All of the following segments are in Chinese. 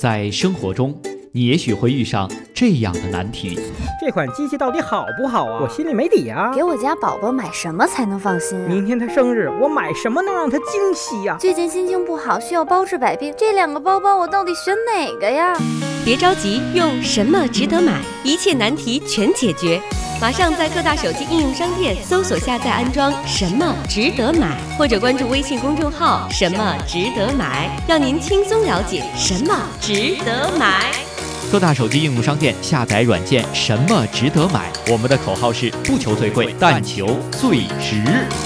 在生活中，你也许会遇上这样的难题： 这款机器到底好不好啊？我心里没底啊。 给我家宝宝买什么才能放心啊？ 明天他生日，我买什么能让他惊喜呀？ 最近心情不好，需要包治百病，这2个包包我到底选哪个呀？ 别着急，用什么值得买，一切难题全解决。马上在各大手机应用商店搜索下载安装什么值得买，或者关注微信公众号什么值得买，让您轻松了解什么值得买。 各大手机应用商店下载软件什么值得买，我们的口号是不求最贵，但求最值。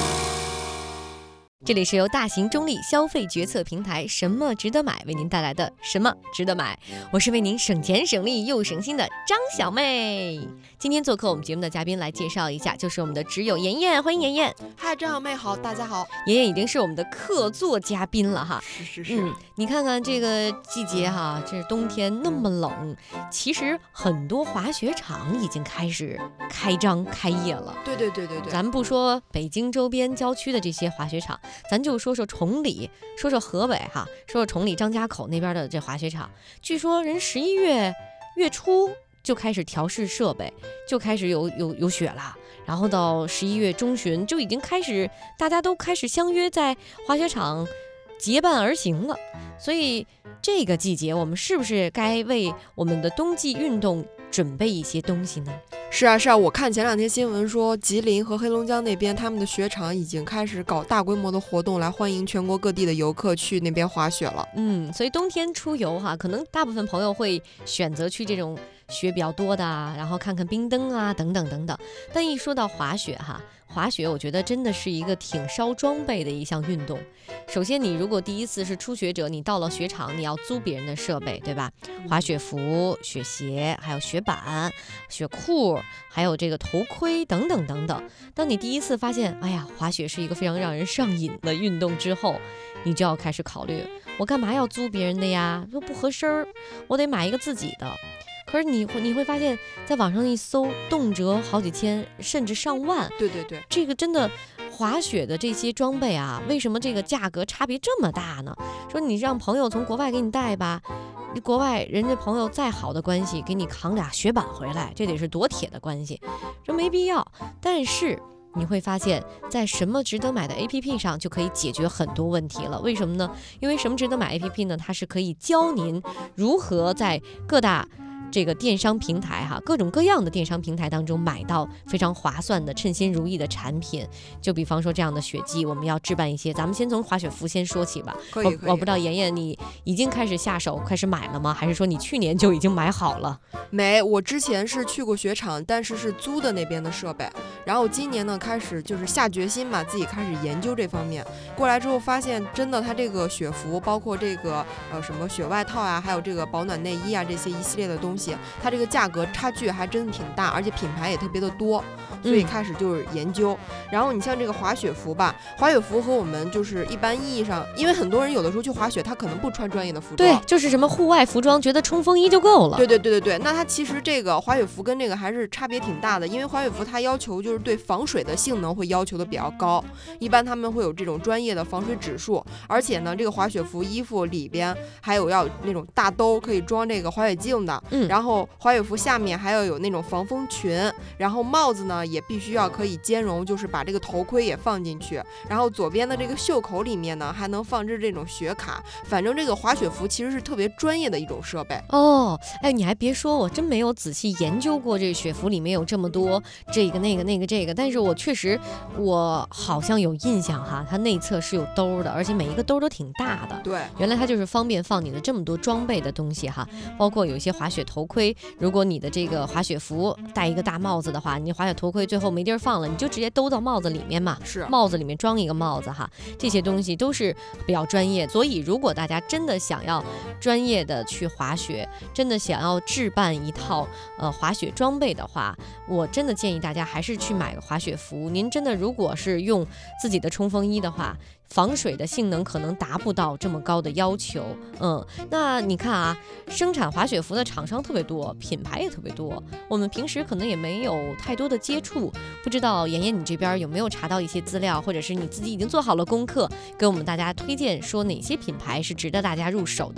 这里是由大型中立消费决策平台什么值得买为您带来的什么值得买，我是为您省钱省力又省心的张小妹。今天做客我们节目的嘉宾来介绍一下，就是我们的挚友妍妍，欢迎妍妍。 嗨，张小妹好，大家好。 妍妍已经是我们的客座嘉宾了哈。 是。 你看看这个季节哈，这是冬天那么冷，其实很多滑雪场已经开始开张开业了。 对。 咱们不说北京周边郊区的这些滑雪场，咱就说说崇礼，说说河北哈，说说崇礼张家口那边的这滑雪场，据说人11月初就开始调试设备，就开始有雪了，然后到11月中旬就已经开始，大家都开始相约在滑雪场结伴而行了。所以这个季节我们是不是该为我们的冬季运动准备一些东西呢？ 是啊，我看前2天新闻说，吉林和黑龙江那边他们的雪场已经开始搞大规模的活动来欢迎全国各地的游客去那边滑雪了。 所以冬天出游哈，可能大部分朋友会选择去这种雪比较多的，然后看看冰灯啊等等等等。但一说到滑雪哈，滑雪我觉得真的是一个挺烧装备的一项运动。首先你如果第一次是初学者，你到了雪场你要租别人的设备，对吧？滑雪服、雪鞋，还有雪板、雪裤，还有这个头盔等等等等。当你第一次发现滑雪是一个非常让人上瘾的运动之后，你就要开始考虑，我干嘛要租别人的呀？都不合身儿，我得买一个自己的。可是你会发现在网上一搜，动辄好几千甚至上万。 对， 这个真的滑雪的这些装备啊，为什么这个价格差别这么大呢？说你让朋友从国外给你带吧，国外人家朋友再好的关系给你扛俩雪板回来，这得是多铁的关系，这没必要。但是你会发现在什么值得买的 APP 上就可以解决很多问题了。为什么呢？因为什么值得买 APP 呢？它是可以教您如何在各大这个电商平台哈，各种各样的电商平台当中买到非常划算的称心如意的产品。就比方说这样的雪季，我们要置办一些，咱们先从滑雪服先说起吧。 可以。 我不知道妍妍你已经开始下手开始买了吗？还是说你去年就已经买好了？ 没，我之前是去过雪场，但是租的那边的设备。然后今年呢，开始就是下决心吧，自己开始研究这方面。过来之后发现，真的它这个雪服，包括这个什么雪外套啊，还有这个保暖内衣啊，这些一系列的东西，它这个价格差距还真的挺大，而且品牌也特别的多，所以开始就是研究。然后你像这个滑雪服吧，滑雪服和我们就是一般意义上，因为很多人有的时候去滑雪，他可能不穿专业的服装， 对，就是什么户外服装，觉得冲锋衣就够了。 对，那它其实这个滑雪服跟这个还是差别挺大的，因为滑雪服它要求就是对防水的性能会要求的比较高，一般他们会有这种专业的防水指数，而且呢，这个滑雪服衣服里边还有要那种大兜可以装这个滑雪镜的，然后滑雪服下面还要有那种防风裙，然后帽子呢也必须要可以兼容，就是把这个头盔也放进去，然后左边的这个袖口里面呢还能放置这种雪卡。反正这个滑雪服其实是特别专业的一种设备哦。你还别说，我真没有仔细研究过这个雪服里面有这么多这个那个这个，但是我确实我好像有印象哈，它内侧是有兜的，而且每一个兜都挺大的。 对， 原来它就是方便放你的这么多装备的东西哈，包括有一些滑雪头盔，如果你的这个滑雪服戴一个大帽子的话，你滑雪头盔最后没地儿放了，你就直接兜到帽子里面嘛， 是帽子里面装一个帽子哈，这些东西都是比较专业。所以如果大家真的想要专业的去滑雪，真的想要置办一套滑雪装备的话，我真的建议大家还是去买个滑雪服。您真的如果是用自己的冲锋衣的话，防水的性能可能达不到这么高的要求。那你看啊，生产滑雪服的厂商特别多，品牌也特别多，我们平时可能也没有太多的接触。不知道妍妍你这边有没有查到一些资料，或者是你自己已经做好了功课，给我们大家推荐说哪些品牌是值得大家入手的呢？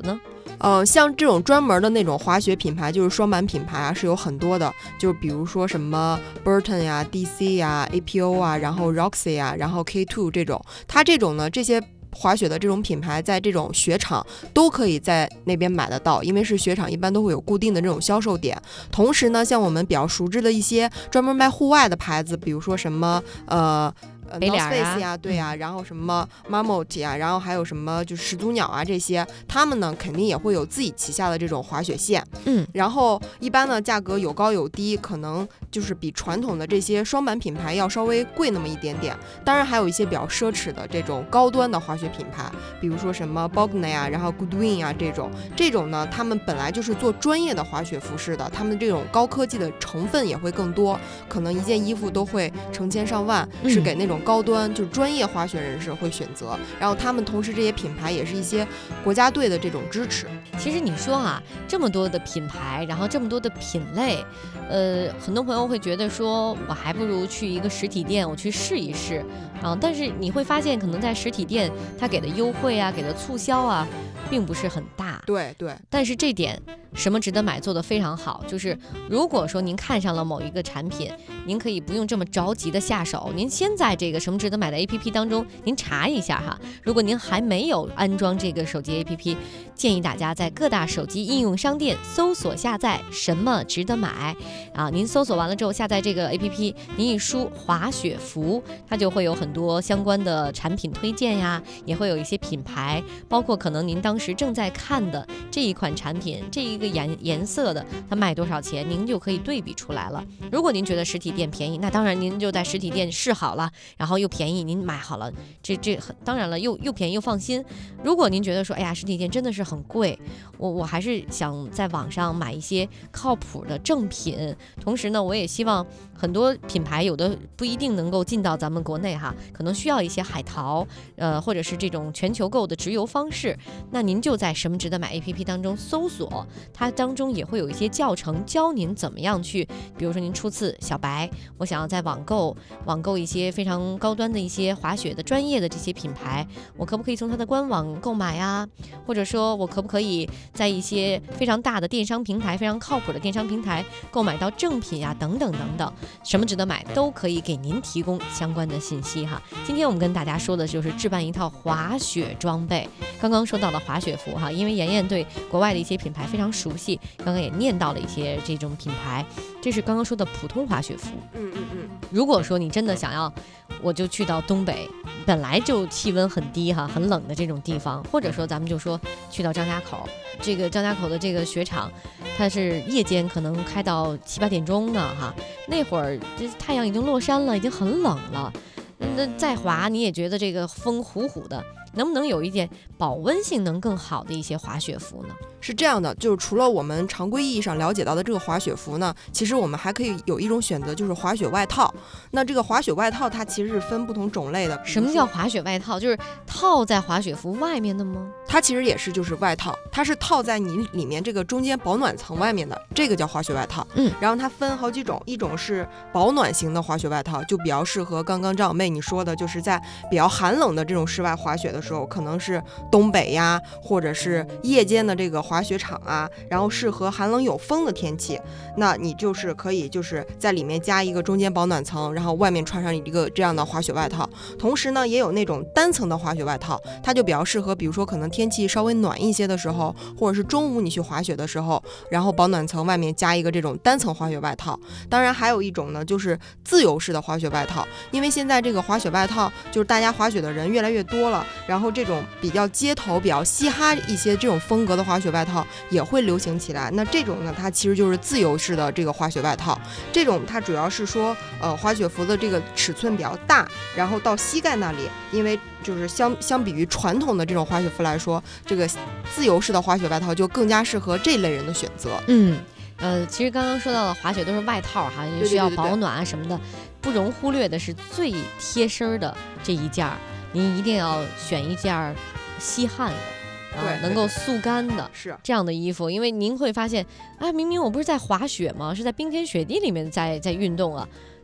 像这种专门的那种滑雪品牌，就是双板品牌啊，是有很多的，就比如说什么 Burton 呀、DC 呀、APO 啊，然后 Roxy 呀，然后 K2 这种，它这种呢，这些滑雪的这种品牌在这种雪场都可以在那边买得到，因为是雪场一般都会有固定的这种销售点。同时呢，像我们比较熟知的一些专门卖户外的牌子，比如说什么北脸 North Face 呀，对呀，然后什么 Marmot 呀，然后还有什么就是始祖鸟啊这些，他们呢肯定也会有自己旗下的这种滑雪线，然后一般呢价格有高有低，可能就是比传统的这些双板品牌要稍微贵那么一点点。当然还有一些比较奢侈的这种高端的滑雪品牌，比如说什么 Bogner 呀，然后 Goodwin 啊这种呢，他们本来就是做专业的滑雪服饰的，他们这种高科技的成分也会更多，可能一件衣服都会成千上万，是给那种高端就是专业滑雪人士会选择，然后他们同时这些品牌也是一些国家队的这种支持。 其实你说啊，这么多的品牌，然后这么多的品类，很多朋友会觉得说，我还不如去一个实体店，我去试一试啊。但是你会发现，可能在实体店，它给的优惠啊，给的促销啊，并不是很大。 对。 但是这点什么值得买做得非常好，就是如果说您看上了某一个产品，您可以不用这么着急的下手，您先在这个什么值得买的 APP 当中您查一下哈。如果您还没有安装这个手机 APP， 建议大家在各大手机应用商店搜索下载什么值得买啊。您搜索完了之后下载这个 APP， 您一输滑雪服，它就会有很多相关的产品推荐呀，也会有一些品牌，包括可能您当时正在看的这一款产品，这一个颜色的它卖多少钱，您就可以对比出来了。如果您觉得实体店便宜，那当然您就在实体店试好了，然后又便宜，您买好了，这当然了，又便宜又放心。如果您觉得说，哎呀，实体店真的是很贵，我还是想在网上买一些靠谱的正品，同时呢，我也希望很多品牌有的不一定能够进到咱们国内哈，可能需要一些海淘，或者是这种全球购的直邮方式，那您就在什么值得买 APP 当中搜索，它当中也会有一些教程教您怎么样去，比如说您初次小白，我想要在网购一些非常高端的一些滑雪的专业的这些品牌，我可不可以从它的官网购买呀？或者说我可不可以在一些非常大的电商平台，非常靠谱的电商平台购买到正品呀？等等等等，什么值得买都可以给您提供相关的信息哈。今天我们跟大家说的就是置办一套滑雪装备。刚刚说到了滑雪服哈，因为妍妍对国外的一些品牌非常熟悉，刚刚也念到了一些这种品牌，这是刚刚说的普通滑雪服。如果说你真的想要，我就去到东北，本来就气温很低哈，很冷的这种地方，或者说咱们就说去到张家口，这个张家口的这个雪场，它是夜间可能开到7、8点钟呢哈，那会儿这太阳已经落山了，已经很冷了，那再滑你也觉得这个风呼呼的，能不能有一点保温性能更好的一些滑雪服呢？ 是这样的，就是除了我们常规意义上了解到的这个滑雪服呢，其实我们还可以有一种选择，就是滑雪外套。那这个滑雪外套它其实是分不同种类的。 什么叫滑雪外套？就是套在滑雪服外面的吗？ 它其实也是就是外套，它是套在你里面这个中间保暖层外面的，这个叫滑雪外套。然后它分好几种，一种是保暖型的滑雪外套，就比较适合刚刚张小妹你说的，就是在比较寒冷的这种室外滑雪的时候，可能是东北呀，或者是夜间的这个滑雪场啊，然后适合寒冷有风的天气，那你就是可以就是在里面加一个中间保暖层，然后外面穿上一个这样的滑雪外套。同时呢，也有那种单层的滑雪外套，它就比较适合比如说可能天气稍微暖一些的时候，或者是中午你去滑雪的时候，然后保暖层外面加一个这种单层滑雪外套。当然还有一种呢，就是自由式的滑雪外套，因为现在这个滑雪外套就是大家滑雪的人越来越多了，然后这种比较街头比较嘻哈一些这种风格的滑雪外套也会流行起来。那这种呢，它其实就是自由式的这个滑雪外套。这种它主要是说滑雪服的这个尺寸比较大，然后到膝盖那里，因为就是相比于传统的这种滑雪服来说，这个自由式的滑雪外套就更加适合这类人的选择。 其实刚刚说到的滑雪都是外套哈，就需要保暖啊什么的，不容忽略的是最贴身的这一件，您一定要选一件吸汗的，能够速干的， 是这样的衣服，因为您会发现，明明我不是在滑雪吗？是在冰天雪地里面在运动啊。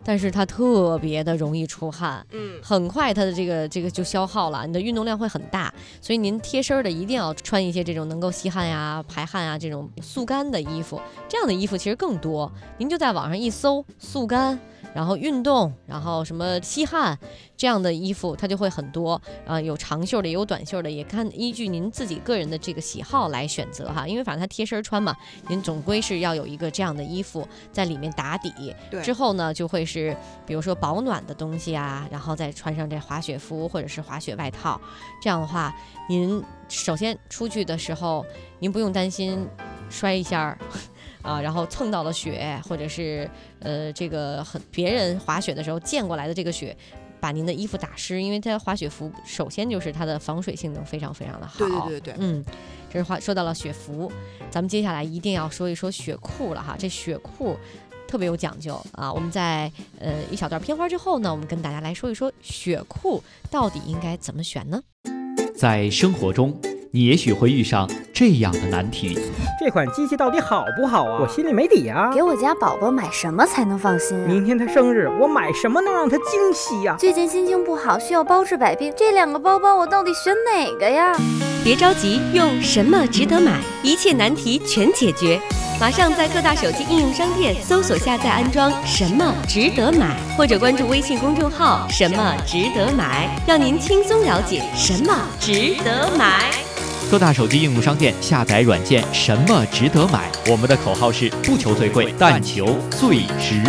但是它特别的容易出汗，很快它的这个就消耗了，你的运动量会很大，所以您贴身的一定要穿一些这种能够吸汗呀、排汗啊这种速干的衣服，这样的衣服其实更多，您就在网上一搜速干，然后运动，然后什么吸汗这样的衣服它就会很多，有长袖的也有短袖的，也看依据您自己个人的这个喜好来选择哈，因为反正它贴身穿嘛，您总归是要有一个这样的衣服在里面打底，之后呢就会是比如说保暖的东西啊，然后再穿上这滑雪服或者是滑雪外套，这样的话您首先出去的时候您不用担心摔一下然后蹭到了雪，或者是这个别人滑雪的时候溅过来的这个雪把您的衣服打湿，因为它滑雪服首先就是它的防水性能非常非常的好。 对， 这是说到了雪服，咱们接下来一定要说一说雪裤了哈。这雪裤特别有讲究啊！我们在一小段片花之后呢，我们跟大家来说一说雪裤到底应该怎么选呢？ 在生活中，你也许会遇上这样的难题： 这款机器到底好不好啊？我心里没底啊！ 给我家宝宝买什么才能放心啊？ 明天他生日，我买什么能让他惊喜呀？ 最近心情不好，需要包治百病，这两个包包我到底选哪个呀？ 别着急，用什么值得买，一切难题全解决。马上在各大手机应用商店搜索下载安装什么值得买，或者关注微信公众号什么值得买，让您轻松了解什么值得买。 各大手机应用商店下载软件什么值得买，我们的口号是不求最贵，但求最值。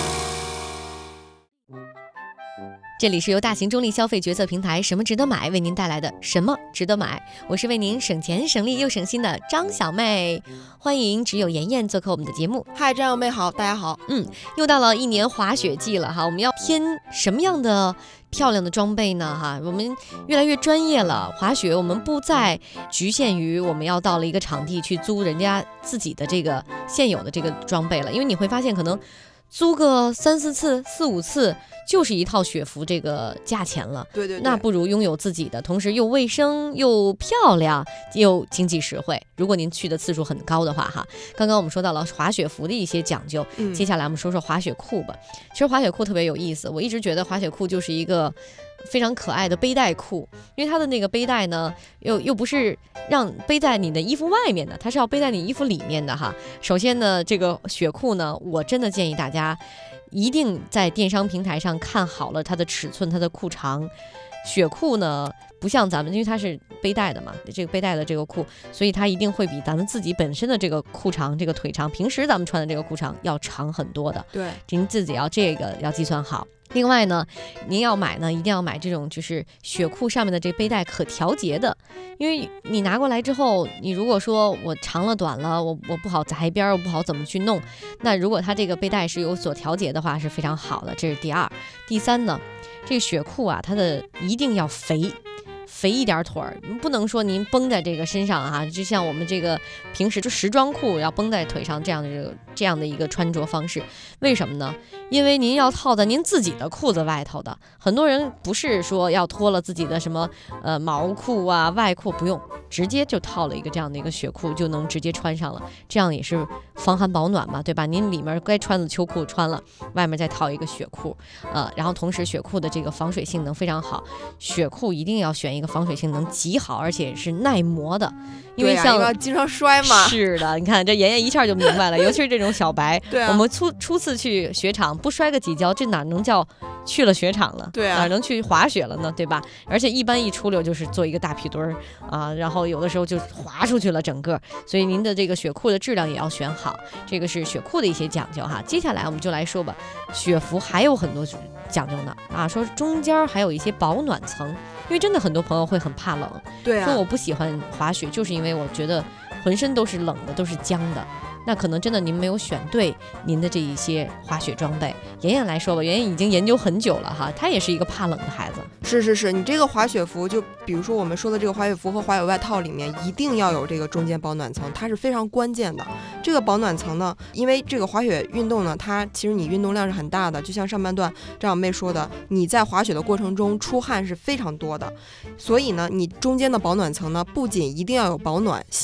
这里是由大型中立消费决策平台什么值得买为您带来的什么值得买，我是为您省钱省力又省心的张小妹，欢迎只有妍妍做客我们的节目。 嗨，张小妹好，大家好。 又到了一年滑雪季了哈，我们要添什么样的漂亮的装备呢哈？我们越来越专业了，滑雪我们不再局限于我们要到了一个场地去租人家自己的这个现有的这个装备了，因为你会发现可能租个3、4次、4、5次就是一套雪服这个价钱了。 对， 那不如拥有自己的，同时又卫生又漂亮又经济实惠。如果您去的次数很高的话哈，刚刚我们说到了滑雪服的一些讲究，接下来我们说说滑雪裤吧。其实滑雪裤特别有意思，我一直觉得滑雪裤就是一个非常可爱的背带裤，因为它的那个背带呢，又不是让背在你的衣服外面的，它是要背在你衣服里面的哈。首先呢，这个雪裤呢，我真的建议大家一定在电商平台上看好了它的尺寸、它的裤长。雪裤呢，不像咱们，因为它是背带的嘛，这个背带的这个裤，所以它一定会比咱们自己本身的这个裤长、这个腿长，平时咱们穿的这个裤长要长很多的。 对， 您自己要计算好。另外呢，您要买呢，一定要买这种就是雪裤上面的这背带可调节的，因为你拿过来之后，你如果说我长了短了，我不好裁边，我不好怎么去弄，那如果它这个背带是有所调节的话，是非常好的。这是第二。第三呢，这个雪裤啊，它的一定要肥一点腿儿，不能说您绷在这个身上啊，就像我们这个平时就时装裤要绷在腿上这样的一个穿着方式。为什么呢？因为您要套在您自己的裤子外头的，很多人不是说要脱了自己的什么毛裤啊、外裤，不用，直接就套了一个这样的一个雪裤就能直接穿上了，这样也是防寒保暖嘛，对吧？您里面该穿的秋裤穿了，外面再套一个雪裤，然后同时雪裤的这个防水性能非常好，雪裤一定要选一个防水性能极好而且是耐磨的，因为像要经常摔嘛。 是的，你看这妍妍一下就明白了，尤其是这种小白， 对我们初次去雪场不摔个几跤，这哪能叫去了雪场了？ 对啊， 哪能去滑雪了呢？对吧？而且一般一出溜就是做一个大屁墩儿啊，然后有的时候就滑出去了整个，所以您的这个雪裤的质量也要选好，这个是雪裤的一些讲究哈。接下来我们就来说吧，雪服还有很多讲究呢啊，说中间还有一些保暖层，因为真的很多朋友会很怕冷， 对啊， 说我不喜欢滑雪，就是因为我觉得浑身都是冷的，都是僵的。那可能真的您没有选对您的这一些滑雪装备。妍妍来说吧，妍妍已经研究很久了哈，她也是一个怕冷的孩子。 是，你这个滑雪服，就比如说我们说的这个滑雪服和滑雪外套里面，一定要有这个中间保暖层，它是非常关键的。这个保暖层呢，因为这个滑雪运动呢，它其实你运动量是很大的，就像上半段张小妹说的，你在滑雪的过程中出汗是非常多的，所以呢，你中间的保暖层呢，不仅一定要有保暖性，然后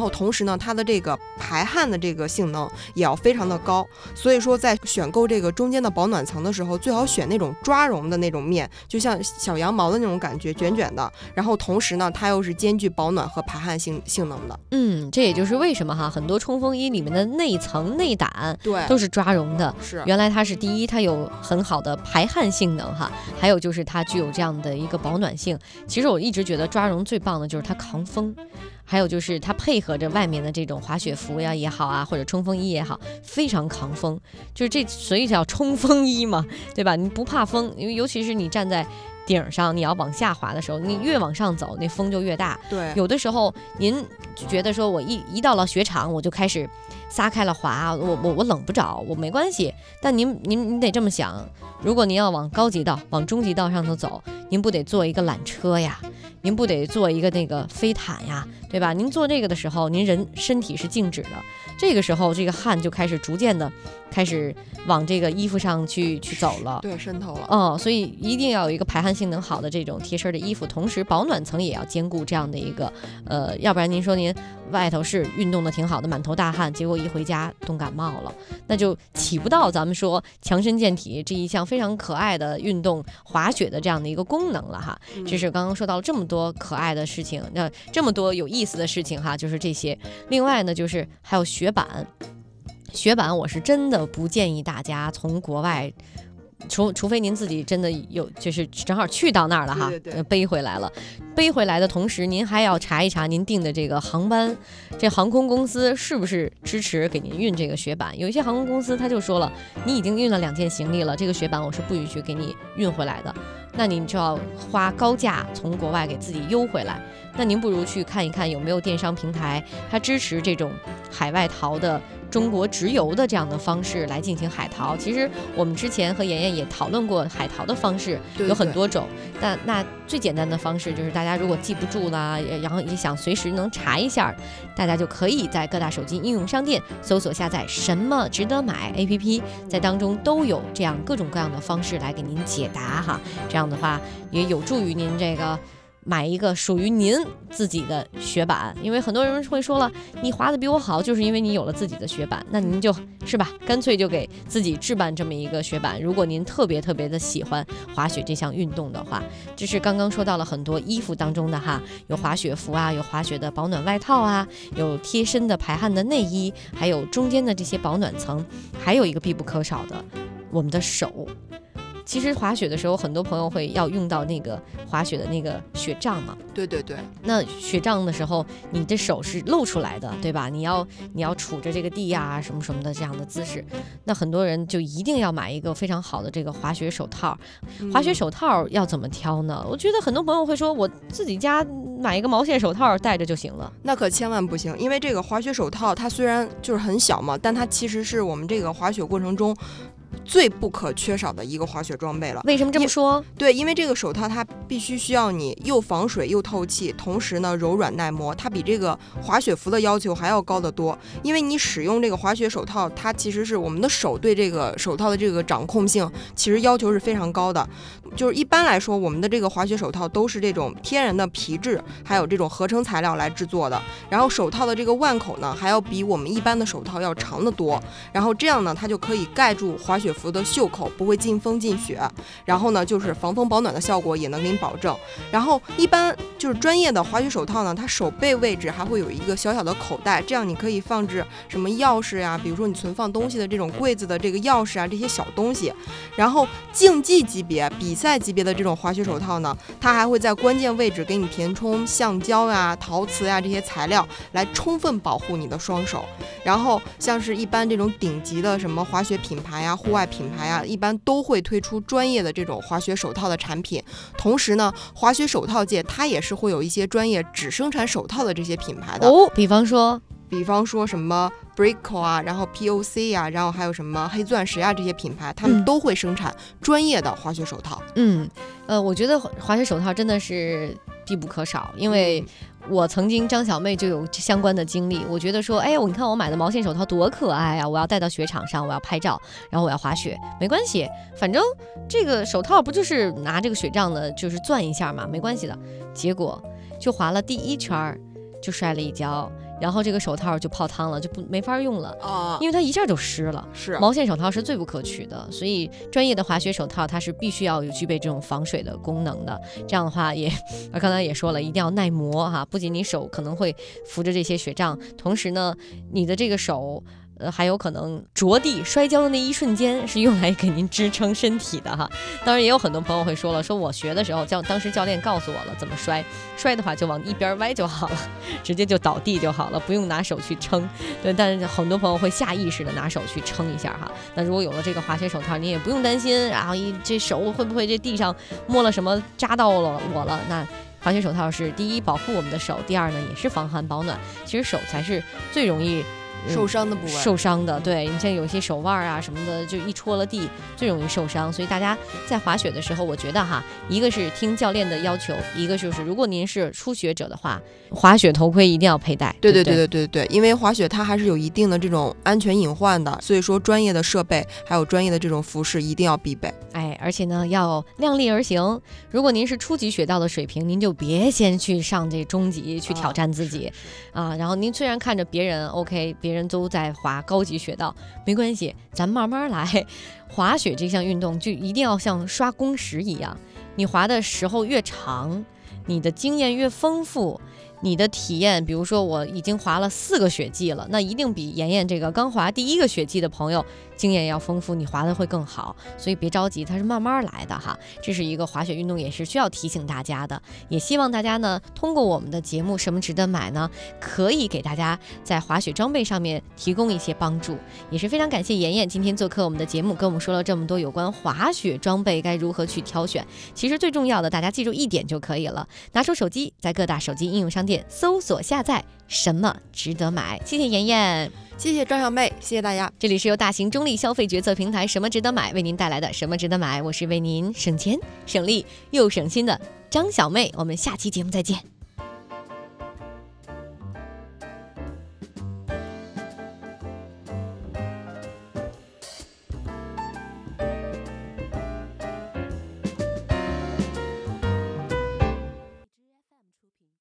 同时呢，它的这个排汗的这个性能也要非常的高。所以说在选购这个中间的保暖层的时候，最好选那种抓绒的那种面，就像小羊毛的那种感觉，卷卷的，然后同时呢它又是兼具保暖和排汗性能的。 这也就是为什么很多冲锋衣里面的内层内胆对都是抓绒的， 是原来它是第一，它有很好的排汗性能还有就是它具有这样的一个保暖性。其实我一直觉得抓绒最棒的就是它抗风，还有就是它配合着外面的这种滑雪服也好或者冲锋衣也好，非常抗风，就是这所以叫冲锋衣嘛，对吧？你不怕风，因为尤其是你站在顶上，你要往下滑的时候，你越往上走，那风就越大。 对， 有的时候您觉得说我一到了雪场，我就开始撒开了滑，我冷不着，我没关系。但您得这么想，如果您要往高级道、往中级道上头走，您不得坐一个缆车呀？您不得做一个那个飞毯呀，对吧？您做这个的时候，您身体是静止的，这个时候这个汗就开始逐渐的开始往这个衣服上去走了， 对，渗透了。 所以一定要有一个排汗性能好的这种贴身的衣服，同时保暖层也要兼顾这样的一个要不然您说您外头是运动的挺好的，满头大汗，结果一回家冻感冒了，那就起不到咱们说强身健体这一项非常可爱的运动滑雪的这样的一个功能了这是刚刚说到了这么多可爱的事情，这么多有意思的事情就是这些。另外呢，就是还有雪板，我是真的不建议大家从国外。除非您自己真的有，就是正好去到那儿了对对对， 背回来了。背回来的同时，您还要查一查您订的这个航班，这航空公司是不是支持给您运这个雪板。有一些航空公司他就说了，你已经运了2件行李了，这个雪板我是不允许给你运回来的，那您就要花高价从国外给自己邮回来。那您不如去看一看有没有电商平台，它支持这种海外淘的中国直邮的这样的方式来进行海淘。其实我们之前和妍妍也讨论过海淘的方式，有很多种。但那最简单的方式就是大家如果记不住啦，然后也想随时能查一下，大家就可以在各大手机应用商店搜索下载什么值得买 APP， 在当中都有这样各种各样的方式来给您解答这样的话也有助于您这个买一个属于您自己的雪板。因为很多人会说了，你滑的比我好，就是因为你有了自己的雪板，那您就是吧，干脆就给自己置办这么一个雪板。如果您特别特别的喜欢滑雪这项运动的话，这是刚刚说到了很多衣服当中的有滑雪服有滑雪的保暖外套有贴身的排汗的内衣，还有中间的这些保暖层，还有一个必不可少的，我们的手。其实滑雪的时候，很多朋友会要用到那个滑雪的那个雪杖嘛。 对对对。 那雪杖的时候，你的手是露出来的，对吧？你要杵着这个地什么什么的这样的姿势。那很多人就一定要买一个非常好的这个滑雪手套。滑雪手套要怎么挑呢？我觉得很多朋友会说，我自己家买一个毛线手套戴着就行了。 那可千万不行，因为这个滑雪手套它虽然就是很小嘛，但它其实是我们这个滑雪过程中最不可缺少的一个滑雪装备了。 为什么这么说？ 对，因为这个手套它必须需要你又防水又透气，同时呢柔软耐磨，它比这个滑雪服的要求还要高得多。因为你使用这个滑雪手套，它其实是我们的手对这个手套的这个掌控性其实要求是非常高的。就是一般来说，我们的这个滑雪手套都是这种天然的皮质还有这种合成材料来制作的，然后手套的这个腕口呢还要比我们一般的手套要长得多，然后这样呢它就可以盖住滑雪服的袖口，不会进风进雪，然后呢就是防风保暖的效果也能给你保证。然后一般就是专业的滑雪手套呢，它手背位置还会有一个小小的口袋，这样你可以放置什么钥匙呀，比如说你存放东西的这种柜子的这个钥匙啊，这些小东西。然后竞技级别比赛级别的这种滑雪手套呢，它还会在关键位置给你填充橡胶呀、陶瓷呀这些材料，来充分保护你的双手。然后像是一般这种顶级的什么滑雪品牌呀、户外品牌呀，一般都会推出专业的这种滑雪手套的产品。同时呢，滑雪手套界它也是会有一些专业只生产手套的这些品牌的比方说什么 Brico 啊，然后 POC 啊，然后还有什么黑钻石啊这些品牌，他们都会生产专业的滑雪手套。 我觉得滑雪手套真的是必不可少，因为我曾经张小妹就有相关的经历。我觉得说，你看我买的毛线手套多可爱啊！我要带到雪场上，我要拍照，然后我要滑雪，没关系，反正这个手套不就是拿这个雪杖的，就是攥一下嘛，没关系的。结果就滑了第1圈就摔了一跤， 然后这个手套就泡汤了，就没法用了啊， 因为它一下就湿了。 是毛线手套是最不可取的，所以专业的滑雪手套它是必须要有具备这种防水的功能的。这样的话也，刚才也说了，一定要耐磨哈，不仅你手可能会扶着这些雪杖，同时呢，你的这个手。还有可能着地摔跤的那一瞬间是用来给您支撑身体的哈。当然也有很多朋友会说了，说我学的时候当时教练告诉我了怎么摔的话就往一边歪就好了，直接就倒地就好了，不用拿手去撑。对，但是很多朋友会下意识的拿手去撑一下哈。那如果有了这个滑雪手套，你也不用担心，然后这手会不会这地上摸了什么扎到了我了？那滑雪手套是第一保护我们的手，第二呢也是防寒保暖。其实手才是最容易受伤的部位， 受伤的，对，你像有些手腕啊什么的，就一戳了地最容易受伤。所以大家在滑雪的时候，我觉得哈，一个是听教练的要求，一个就是如果您是初学者的话，滑雪头盔一定要佩戴。 对，因为滑雪它还是有一定的这种安全隐患的，所以说专业的设备还有专业的这种服饰一定要必备。 而且呢要量力而行。如果您是初级雪道的水平，您就别先去上这中级去挑战自己然后您虽然看着别人 OK， 别人都在滑高级雪道，没关系，咱慢慢来。滑雪这项运动就一定要像刷工时一样，你滑的时候越长，你的经验越丰富，你的体验，比如说我已经滑了4个雪季了，那一定比妍妍这个刚滑第1个雪季的朋友经验要丰富，你滑的会更好。所以别着急，它是慢慢来的哈。这是一个滑雪运动，也是需要提醒大家的。也希望大家呢，通过我们的节目什么值得买呢，可以给大家在滑雪装备上面提供一些帮助。也是非常感谢妍妍今天做客我们的节目，跟我们说了这么多有关滑雪装备该如何去挑选。其实最重要的，大家记住一点就可以了，拿出手机，在各大手机应用商店搜索下载什么值得买。谢谢妍妍， 谢谢张小妹，谢谢大家。 这里是由大型中立消费决策平台什么值得买为您带来的什么值得买，我是为您省钱省力又省心的张小妹，我们下期节目再见。